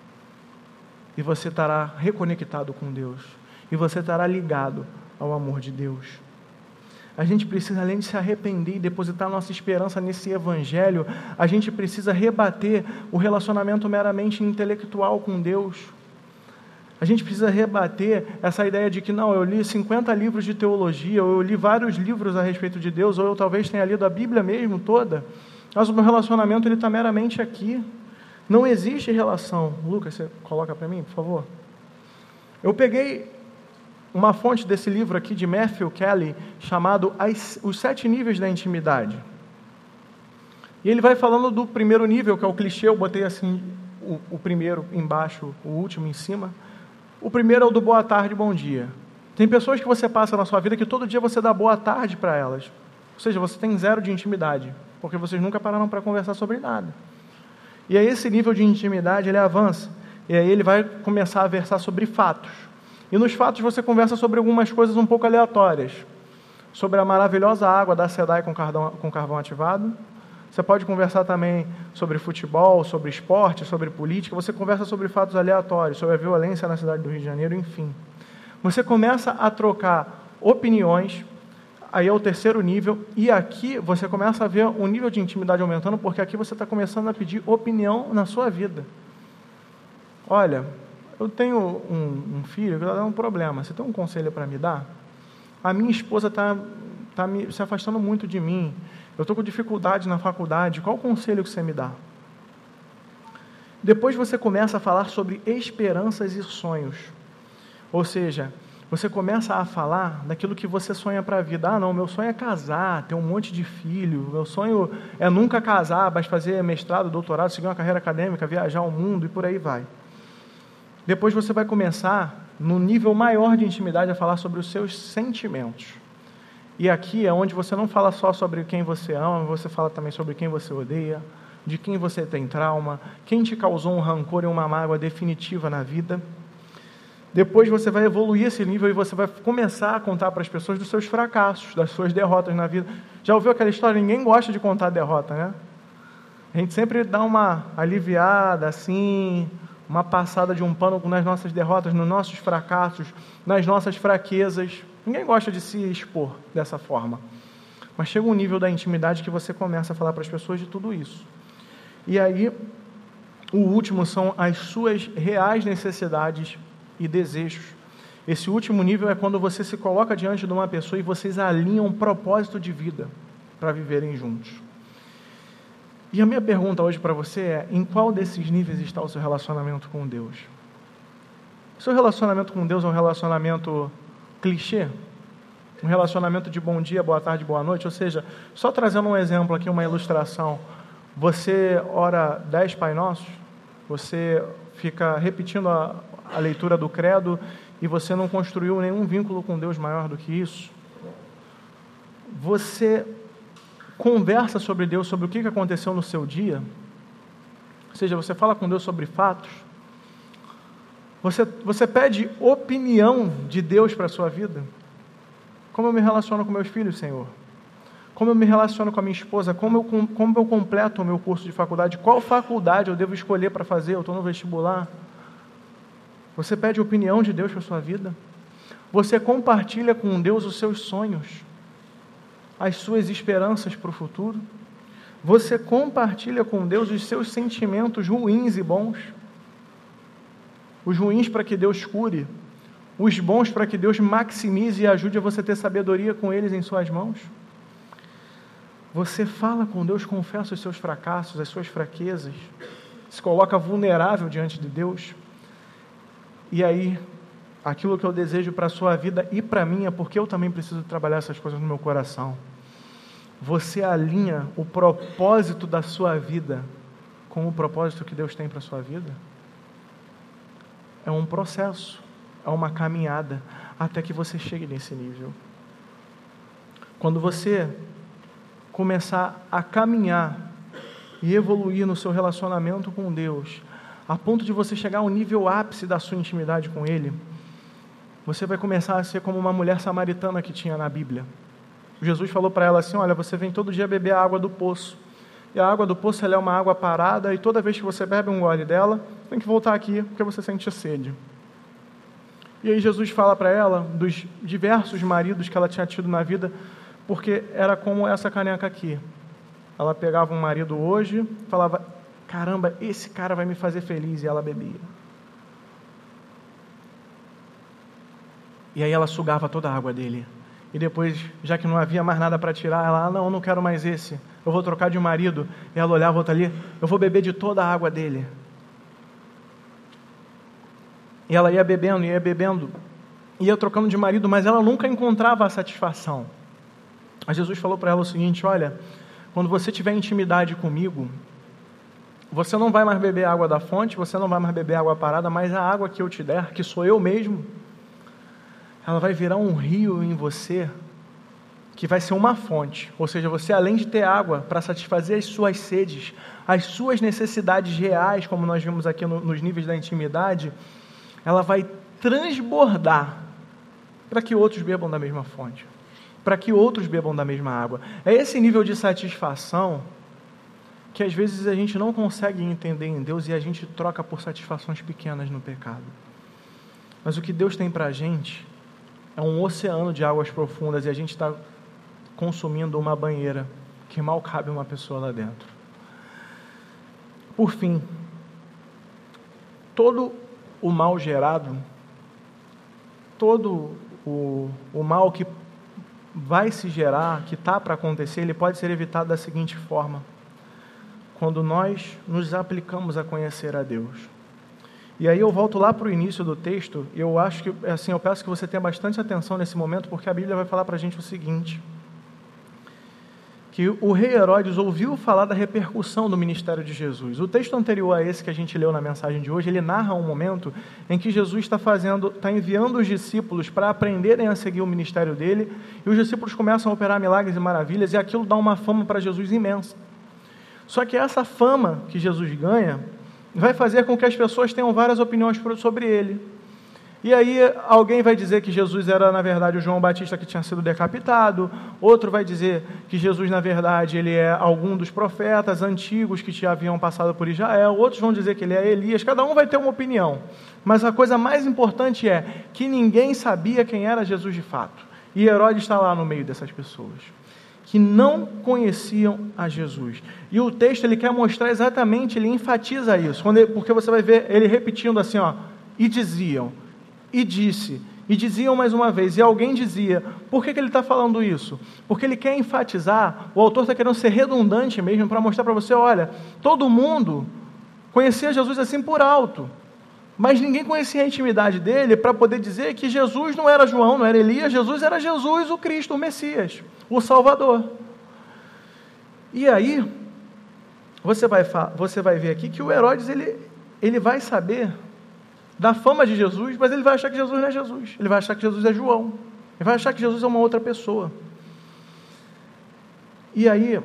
E você estará reconectado com Deus. E você estará ligado ao amor de Deus. A gente precisa, além de se arrepender e depositar nossa esperança nesse Evangelho, a gente precisa rebater o relacionamento meramente intelectual com Deus. A gente precisa rebater essa ideia de que, não, eu li 50 livros de teologia, ou eu li vários livros a respeito de Deus, ou eu talvez tenha lido a Bíblia mesmo toda, mas o meu relacionamento está meramente aqui. Não existe relação. Lucas, você coloca para mim, por favor? Eu peguei uma fonte desse livro aqui de Matthew Kelly, chamado Os 7 Níveis da Intimidade. E ele vai falando do primeiro nível, que é o clichê, eu botei assim, o primeiro embaixo, o último em cima. O primeiro é o do boa tarde, bom dia. Tem pessoas que você passa na sua vida que todo dia você dá boa tarde para elas. Ou seja, você tem 0 de intimidade, porque vocês nunca pararam para conversar sobre nada. E aí esse nível de intimidade, ele avança. E aí ele vai começar a versar sobre fatos. E nos fatos você conversa sobre algumas coisas um pouco aleatórias. Sobre a maravilhosa água da SEDAI com carvão ativado. Você pode conversar também sobre futebol, sobre esporte, sobre política. Você conversa sobre fatos aleatórios, sobre a violência na cidade do Rio de Janeiro, enfim. Você começa a trocar opiniões, aí é o terceiro nível, e aqui você começa a ver o nível de intimidade aumentando, porque aqui você está começando a pedir opinião na sua vida. Olha, eu tenho um filho que está dando um problema, você tem um conselho para me dar? A minha esposa está se afastando muito de mim, eu estou com dificuldade na faculdade, qual o conselho que você me dá? Depois você começa a falar sobre esperanças e sonhos, ou seja, você começa a falar daquilo que você sonha para a vida. Ah, não, meu sonho é casar, ter um monte de filho, meu sonho é nunca casar, mas fazer mestrado, doutorado, seguir uma carreira acadêmica, viajar ao mundo e por aí vai. Depois você vai começar, no nível maior de intimidade, a falar sobre os seus sentimentos. E aqui é onde você não fala só sobre quem você ama, você fala também sobre quem você odeia, de quem você tem trauma, quem te causou um rancor e uma mágoa definitiva na vida. Depois você vai evoluir esse nível e você vai começar a contar para as pessoas dos seus fracassos, das suas derrotas na vida. Já ouviu aquela história? Ninguém gosta de contar derrota, né? A gente sempre dá uma aliviada, assim, uma passada de um pano nas nossas derrotas, nos nossos fracassos, nas nossas fraquezas. Ninguém gosta de se expor dessa forma. Mas chega um nível da intimidade que você começa a falar para as pessoas de tudo isso. E aí, o último são as suas reais necessidades e desejos. Esse último nível é quando você se coloca diante de uma pessoa e vocês alinham um propósito de vida para viverem juntos. E a minha pergunta hoje para você é: em qual desses níveis está o seu relacionamento com Deus? O seu relacionamento com Deus é um relacionamento clichê? Um relacionamento de bom dia, boa tarde, boa noite? Ou seja, só trazendo um exemplo aqui, uma ilustração, você ora 10 Pai Nossos, você fica repetindo a leitura do credo e você não construiu nenhum vínculo com Deus maior do que isso? Você conversa sobre Deus, sobre o que aconteceu no seu dia? Ou seja, você fala com Deus sobre fatos? Você pede opinião de Deus para a sua vida? Como eu me relaciono com meus filhos, Senhor? Como eu me relaciono com a minha esposa? Como eu completo o meu curso de faculdade? Qual faculdade eu devo escolher para fazer? Eu estou no vestibular. Você pede opinião de Deus para a sua vida? Você compartilha com Deus os seus sonhos, as suas esperanças para o futuro? Você compartilha com Deus os seus sentimentos ruins e bons? Os ruins para que Deus cure, os bons para que Deus maximize e ajude a você ter sabedoria com eles em suas mãos? Você fala com Deus, confessa os seus fracassos, as suas fraquezas, se coloca vulnerável diante de Deus? E aí, aquilo que eu desejo para a sua vida e para a minha, porque eu também preciso trabalhar essas coisas no meu coração. Você alinha o propósito da sua vida com o propósito que Deus tem para a sua vida? É um processo, é uma caminhada, até que você chegue nesse nível. Quando você começar a caminhar e evoluir no seu relacionamento com Deus, a ponto de você chegar ao nível ápice da sua intimidade com Ele, você vai começar a ser como uma mulher samaritana que tinha na Bíblia. Jesus falou para ela assim: olha, você vem todo dia beber a água do poço. e a água do poço ela é uma água parada, e toda vez que você bebe um gole dela, tem que voltar aqui, porque você sente sede. E aí Jesus fala para ela dos diversos maridos que ela tinha tido na vida, porque era como essa caneca aqui. Ela pegava um marido hoje, falava, caramba, esse cara vai me fazer feliz, e ela bebia. E aí ela sugava toda a água dele. E depois, já que não havia mais nada para tirar, ela, não quero mais esse, eu vou trocar de marido. E ela olhava outra ali, eu vou beber de toda a água dele. E ela ia bebendo, ia trocando de marido, mas ela nunca encontrava a satisfação. Mas Jesus falou para ela o seguinte, olha, quando você tiver intimidade comigo, você não vai mais beber água da fonte, você não vai mais beber água parada, mas a água que eu te der, que sou eu mesmo, ela vai virar um rio em você, que vai ser uma fonte. Ou seja, você além de ter água para satisfazer as suas sedes, as suas necessidades reais, como nós vimos aqui nos níveis da intimidade, ela vai transbordar para que outros bebam da mesma fonte, para que outros bebam da mesma água. É esse nível de satisfação que às vezes a gente não consegue entender em Deus e a gente troca por satisfações pequenas no pecado. Mas o que Deus tem para a gente é um oceano de águas profundas e a gente está consumindo uma banheira que mal cabe uma pessoa lá dentro. Por fim, todo o mal gerado, todo o mal que vai se gerar, que está para acontecer, ele pode ser evitado da seguinte forma: quando nós nos aplicamos a conhecer a Deus. E aí eu volto lá para o início do texto, e eu acho que, assim, eu peço que você tenha bastante atenção nesse momento, porque a Bíblia vai falar para a gente o seguinte, que o rei Herodes ouviu falar da repercussão do ministério de Jesus. O texto anterior a esse que a gente leu na mensagem de hoje, ele narra um momento em que Jesus está enviando os discípulos para aprenderem a seguir o ministério dele, e os discípulos começam a operar milagres e maravilhas, e aquilo dá uma fama para Jesus imensa. Só que essa fama que Jesus ganha vai fazer com que as pessoas tenham várias opiniões sobre ele. E aí alguém vai dizer que Jesus era, na verdade, o João Batista que tinha sido decapitado, outro vai dizer que Jesus, na verdade, ele é algum dos profetas antigos que já haviam passado por Israel, outros vão dizer que ele é Elias, cada um vai ter uma opinião. Mas a coisa mais importante é que ninguém sabia quem era Jesus de fato. E Herodes está lá no meio dessas pessoas que não conheciam a Jesus. E o texto ele quer mostrar exatamente, ele enfatiza isso, porque você vai ver ele repetindo assim, e diziam, e disse, e diziam mais uma vez, e alguém dizia. Por que ele está falando isso? Porque ele quer enfatizar, o autor está querendo ser redundante mesmo, para mostrar para você, olha, todo mundo conhecia Jesus assim por alto, mas ninguém conhecia a intimidade dele para poder dizer que Jesus não era João, não era Elias, Jesus era Jesus, o Cristo, o Messias, o Salvador. E aí, você vai ver aqui que o Herodes, ele vai saber da fama de Jesus, mas ele vai achar que Jesus não é Jesus, ele vai achar que Jesus é João, ele vai achar que Jesus é uma outra pessoa. E aí,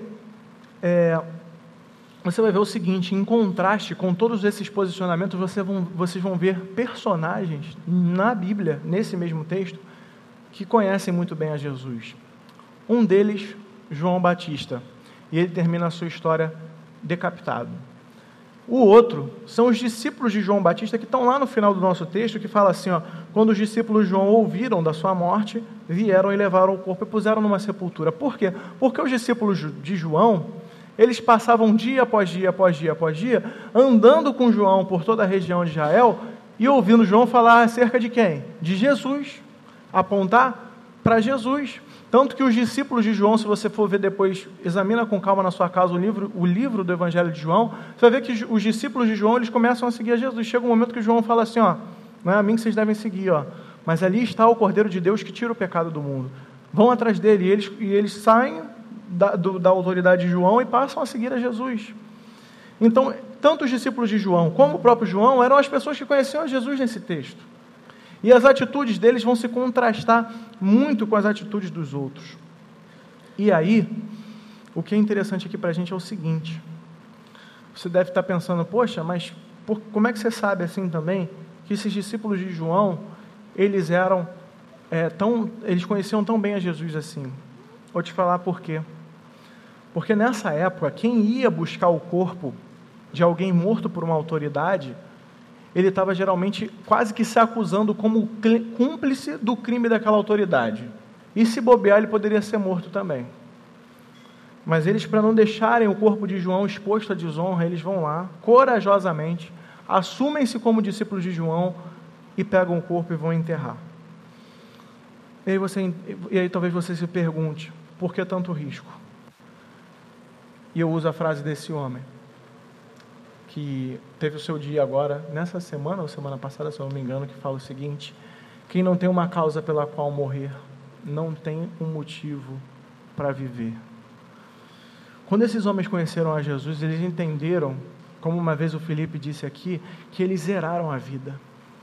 você vai ver o seguinte, em contraste com todos esses posicionamentos, vocês vão ver personagens na Bíblia, nesse mesmo texto, que conhecem muito bem a Jesus. Um deles, João Batista, e ele termina a sua história decapitado. O outro são os discípulos de João Batista, que estão lá no final do nosso texto, que fala assim, quando os discípulos de João ouviram da sua morte, vieram e levaram o corpo e puseram numa sepultura. Por quê? Porque os discípulos de João, eles passavam dia após dia, após dia, após dia, andando com João por toda a região de Israel, e ouvindo João falar acerca de quem? De Jesus, apontar para Jesus. Tanto que os discípulos de João, se você for ver depois, examina com calma na sua casa o livro do Evangelho de João, você vai ver que os discípulos de João, eles começam a seguir a Jesus. Chega um momento que João fala assim, não é a mim que vocês devem seguir, mas ali está o Cordeiro de Deus que tira o pecado do mundo. Vão atrás dele, e eles saem da autoridade de João e passam a seguir a Jesus. Então, tanto os discípulos de João como o próprio João eram as pessoas que conheciam a Jesus nesse texto. E as atitudes deles vão se contrastar muito com as atitudes dos outros. E aí, o que é interessante aqui para a gente é o seguinte, você deve estar pensando, poxa, mas como é que você sabe assim também que esses discípulos de João, eles conheciam tão bem a Jesus assim? Vou te falar por quê. Porque nessa época, quem ia buscar o corpo de alguém morto por uma autoridade, ele estava geralmente quase que se acusando como cúmplice do crime daquela autoridade. E se bobear, ele poderia ser morto também. Mas eles, para não deixarem o corpo de João exposto à desonra, eles vão lá, corajosamente, assumem-se como discípulos de João e pegam o corpo e vão enterrar. E aí talvez você se pergunte, por que tanto risco? E eu uso a frase desse homem, que teve o seu dia agora, nessa semana ou semana passada, se eu não me engano, que fala o seguinte: quem não tem uma causa pela qual morrer, não tem um motivo para viver. Quando esses homens conheceram a Jesus, eles entenderam, como uma vez o Felipe disse aqui, que eles zeraram a vida.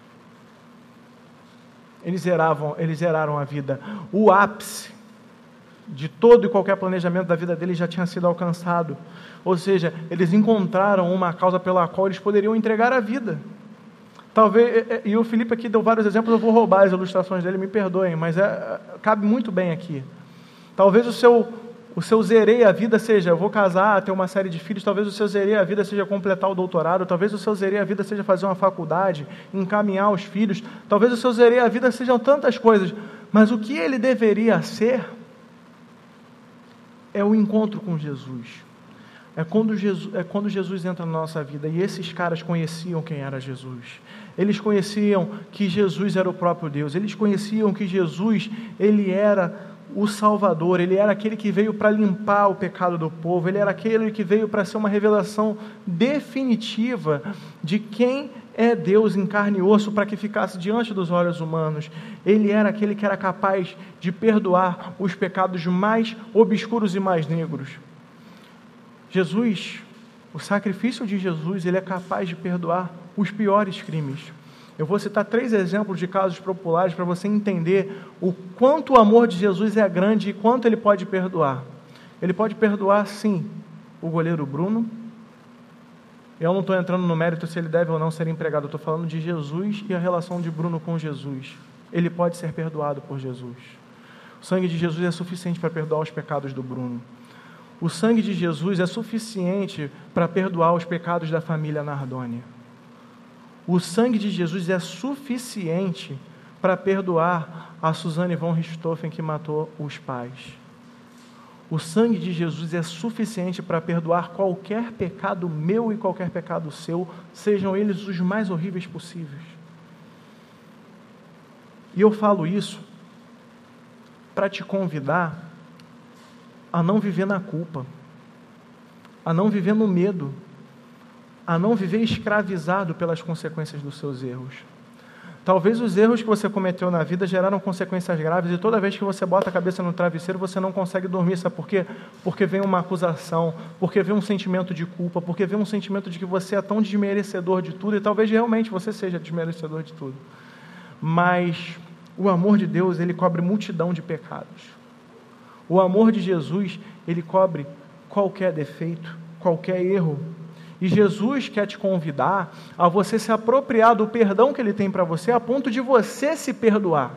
Eles zeraram a vida. O ápice de todo e qualquer planejamento da vida deles já tinha sido alcançado. Ou seja, eles encontraram uma causa pela qual eles poderiam entregar a vida. Talvez, e o Felipe aqui deu vários exemplos, eu vou roubar as ilustrações dele, me perdoem, mas cabe muito bem aqui. Talvez o seu zerei a vida seja, eu vou casar, ter uma série de filhos. Talvez o seu zerei a vida seja completar o doutorado. Talvez o seu zerei a vida seja fazer uma faculdade, encaminhar os filhos. Talvez o seu zerei a vida sejam tantas coisas. Mas o que ele deveria ser é o encontro com Jesus. É quando Jesus entra na nossa vida. E esses caras conheciam quem era Jesus. Eles conheciam que Jesus era o próprio Deus. Eles conheciam que Jesus, ele era o Salvador. Ele era aquele que veio para limpar o pecado do povo. Ele era aquele que veio para ser uma revelação definitiva de quem é Deus em carne e osso, para que ficasse diante dos olhos humanos. Ele era aquele que era capaz de perdoar os pecados mais obscuros e mais negros. Jesus, o sacrifício de Jesus, ele é capaz de perdoar os piores crimes. Eu vou citar 3 exemplos de casos populares para você entender o quanto o amor de Jesus é grande e quanto ele pode perdoar. Ele pode perdoar, sim, o goleiro Bruno. Eu não estou entrando no mérito se ele deve ou não ser empregado, eu estou falando de Jesus e a relação de Bruno com Jesus. Ele pode ser perdoado por Jesus. O sangue de Jesus é suficiente para perdoar os pecados do Bruno. O sangue de Jesus é suficiente para perdoar os pecados da família Nardoni. O sangue de Jesus é suficiente para perdoar a Suzane von Richthofen, que matou os pais. O sangue de Jesus é suficiente para perdoar qualquer pecado meu e qualquer pecado seu, sejam eles os mais horríveis possíveis. E eu falo isso para te convidar a não viver na culpa, a não viver no medo, a não viver escravizado pelas consequências dos seus erros. Talvez os erros que você cometeu na vida geraram consequências graves e toda vez que você bota a cabeça no travesseiro você não consegue dormir. Sabe por quê? Porque vem uma acusação, porque vem um sentimento de culpa, porque vem um sentimento de que você é tão desmerecedor de tudo, e talvez realmente você seja desmerecedor de tudo. Mas o amor de Deus, ele cobre multidão de pecados. O amor de Jesus, ele cobre qualquer defeito, qualquer erro. E Jesus quer te convidar a você se apropriar do perdão que ele tem para você, a ponto de você se perdoar.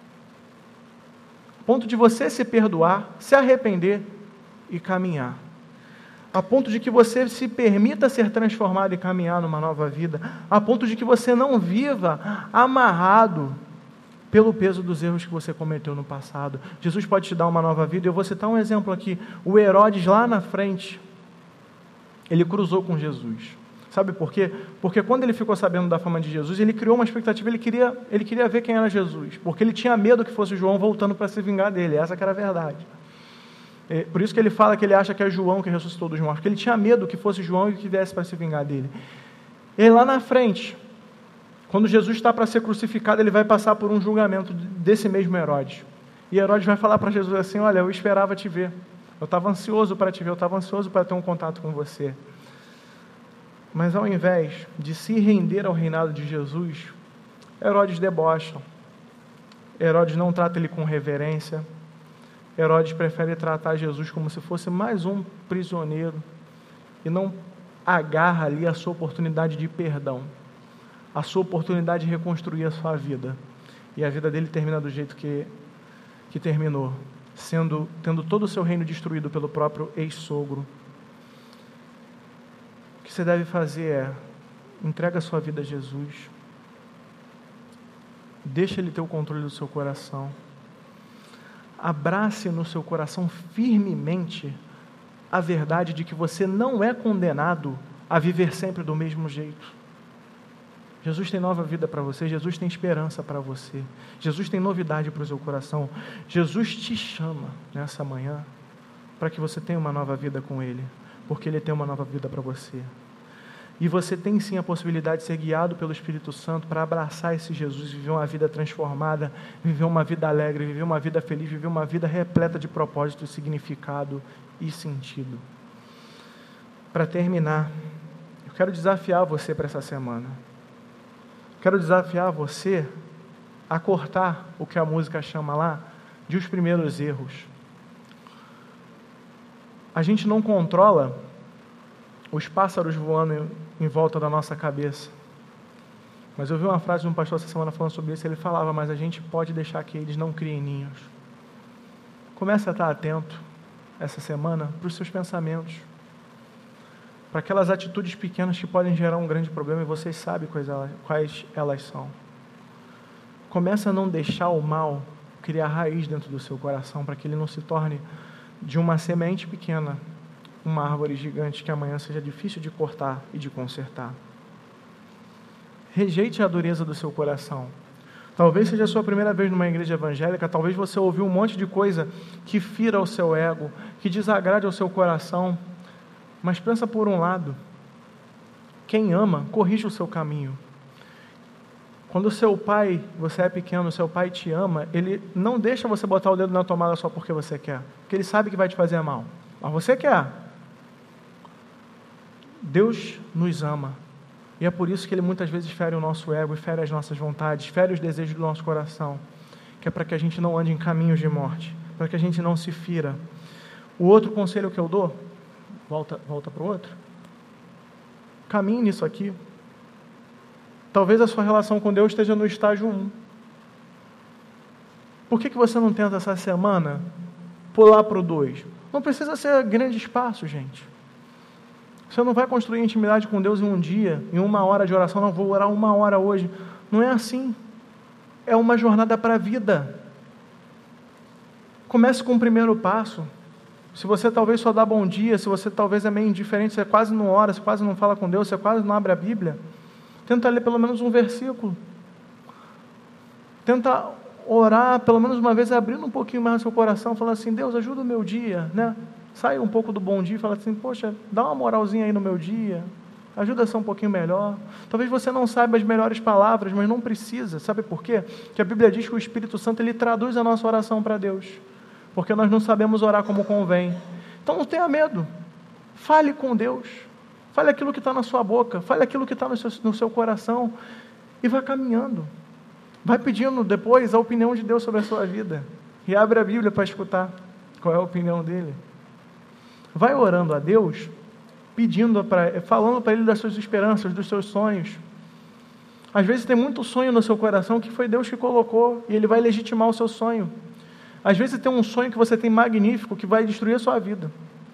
A ponto de você se perdoar, se arrepender e caminhar. A ponto de que você se permita ser transformado e caminhar numa nova vida. A ponto de que você não viva amarrado pelo peso dos erros que você cometeu no passado. Jesus pode te dar uma nova vida. Eu vou citar um exemplo aqui. O Herodes lá na frente, ele cruzou com Jesus. Sabe por quê? Porque quando ele ficou sabendo da fama de Jesus, ele criou uma expectativa, ele queria ver quem era Jesus, porque ele tinha medo que fosse João voltando para se vingar dele, essa que era a verdade. Por isso que ele fala que ele acha que é João que ressuscitou dos mortos, porque ele tinha medo que fosse João e que viesse para se vingar dele. E lá na frente, quando Jesus está para ser crucificado, ele vai passar por um julgamento desse mesmo Herodes. E Herodes vai falar para Jesus assim: olha, eu esperava te ver. Eu estava ansioso para te ver, eu estava ansioso para ter um contato com você. Mas ao invés de se render ao reinado de Jesus, Herodes debocha. Herodes não trata ele com reverência. Herodes prefere tratar Jesus como se fosse mais um prisioneiro e não agarra ali a sua oportunidade de perdão, a sua oportunidade de reconstruir a sua vida. E a vida dele termina do jeito que terminou. tendo todo o seu reino destruído pelo próprio ex-sogro. O que você deve fazer é, entrega a sua vida a Jesus, deixa Ele ter o controle do seu coração, abrace no seu coração firmemente a verdade de que você não é condenado a viver sempre do mesmo jeito. Jesus tem nova vida para você, Jesus tem esperança para você, Jesus tem novidade para o seu coração. Jesus te chama nessa manhã para que você tenha uma nova vida com Ele, porque Ele tem uma nova vida para você. E você tem sim a possibilidade de ser guiado pelo Espírito Santo para abraçar esse Jesus, viver uma vida transformada, viver uma vida alegre, viver uma vida feliz, viver uma vida repleta de propósito, significado e sentido. Para terminar, eu quero desafiar você para essa semana. Quero desafiar você a cortar o que a música chama lá de os primeiros erros. A gente não controla os pássaros voando em volta da nossa cabeça. Mas eu vi uma frase de um pastor essa semana falando sobre isso, ele falava, mas a gente pode deixar que eles não criem ninhos. Comece a estar atento essa semana para os seus pensamentos, para aquelas atitudes pequenas que podem gerar um grande problema e vocês sabem quais elas são. Comece a não deixar o mal criar raiz dentro do seu coração, para que ele não se torne de uma semente pequena uma árvore gigante que amanhã seja difícil de cortar e de consertar. Rejeite a dureza do seu coração. Talvez seja a sua primeira vez numa igreja evangélica, talvez você ouviu um monte de coisa que fira o seu ego, que desagrade ao seu coração, mas pensa por um lado, quem ama, corrige o seu caminho. Quando o seu pai, você é pequeno, o seu pai te ama, ele não deixa você botar o dedo na tomada só porque você quer, porque ele sabe que vai te fazer mal, mas você quer. Deus nos ama, e é por isso que Ele muitas vezes fere o nosso ego, fere as nossas vontades, fere os desejos do nosso coração, que é para que a gente não ande em caminhos de morte, para que a gente não se fira. O outro conselho que eu dou, volta para o outro, caminhe nisso aqui. Talvez a sua relação com Deus esteja no estágio 1. Por que você não tenta essa semana pular para o 2? Não precisa ser grandes passos, gente. Você não vai construir intimidade com Deus em um dia, em 1 hora de oração, não vou orar 1 hora hoje. Não é assim. É uma jornada para a vida. Comece com o primeiro passo. Se você talvez só dá bom dia, se você talvez é meio indiferente, você quase não ora, você quase não fala com Deus, você quase não abre a Bíblia, tenta ler pelo menos um versículo. Tenta orar pelo menos uma vez, abrindo um pouquinho mais o seu coração, falando assim, Deus, ajuda o meu dia, né? Sai um pouco do bom dia e fala assim, poxa, dá uma moralzinha aí no meu dia, ajuda a ser um pouquinho melhor. Talvez você não saiba as melhores palavras, mas não precisa. Sabe por quê? Porque a Bíblia diz que o Espírito Santo, ele traduz a nossa oração para Deus, porque nós não sabemos orar como convém. Então não tenha medo, fale com Deus, fale aquilo que está na sua boca, fale aquilo que está no seu coração, e vá caminhando, vai pedindo depois a opinião de Deus sobre a sua vida, e abre a Bíblia para escutar qual é a opinião dele. Vai orando a Deus, falando para Ele das suas esperanças, dos seus sonhos. Às vezes tem muito sonho no seu coração que foi Deus que colocou, e Ele vai legitimar o seu sonho. Às vezes tem um sonho que você tem magnífico, que vai destruir a sua vida.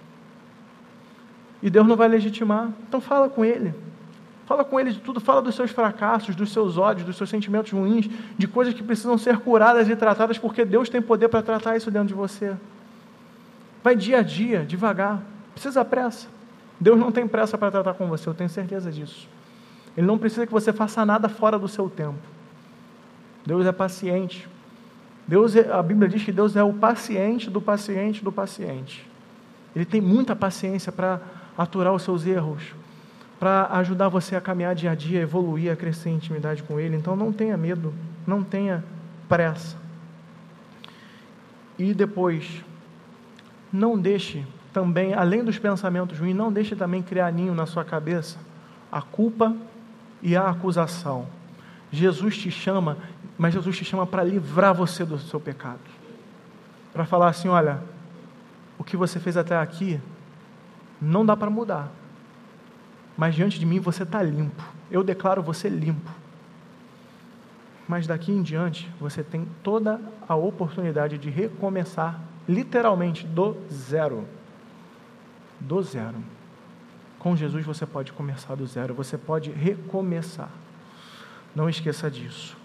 E Deus não vai legitimar. Então fala com Ele. Fala com Ele de tudo, fala dos seus fracassos, dos seus ódios, dos seus sentimentos ruins, de coisas que precisam ser curadas e tratadas, porque Deus tem poder para tratar isso dentro de você. Vai dia a dia, devagar, precisa pressa. Deus não tem pressa para tratar com você, eu tenho certeza disso. Ele não precisa que você faça nada fora do seu tempo. Deus é paciente. A Bíblia diz que Deus é o paciente do paciente do paciente. Ele tem muita paciência para aturar os seus erros, para ajudar você a caminhar dia a dia, evoluir, a crescer em intimidade com Ele. Então não tenha medo, não tenha pressa. E depois, não deixe também, além dos pensamentos ruins, não deixe também criar ninho na sua cabeça a culpa e a acusação. Jesus te chama, mas Jesus te chama para livrar você do seu pecado. Para falar assim, olha, o que você fez até aqui, não dá para mudar. Mas diante de mim você está limpo. Eu declaro você limpo. Mas daqui em diante, você tem toda a oportunidade de recomeçar literalmente do zero. Do zero. Com Jesus você pode começar do zero, você pode recomeçar. Não esqueça disso.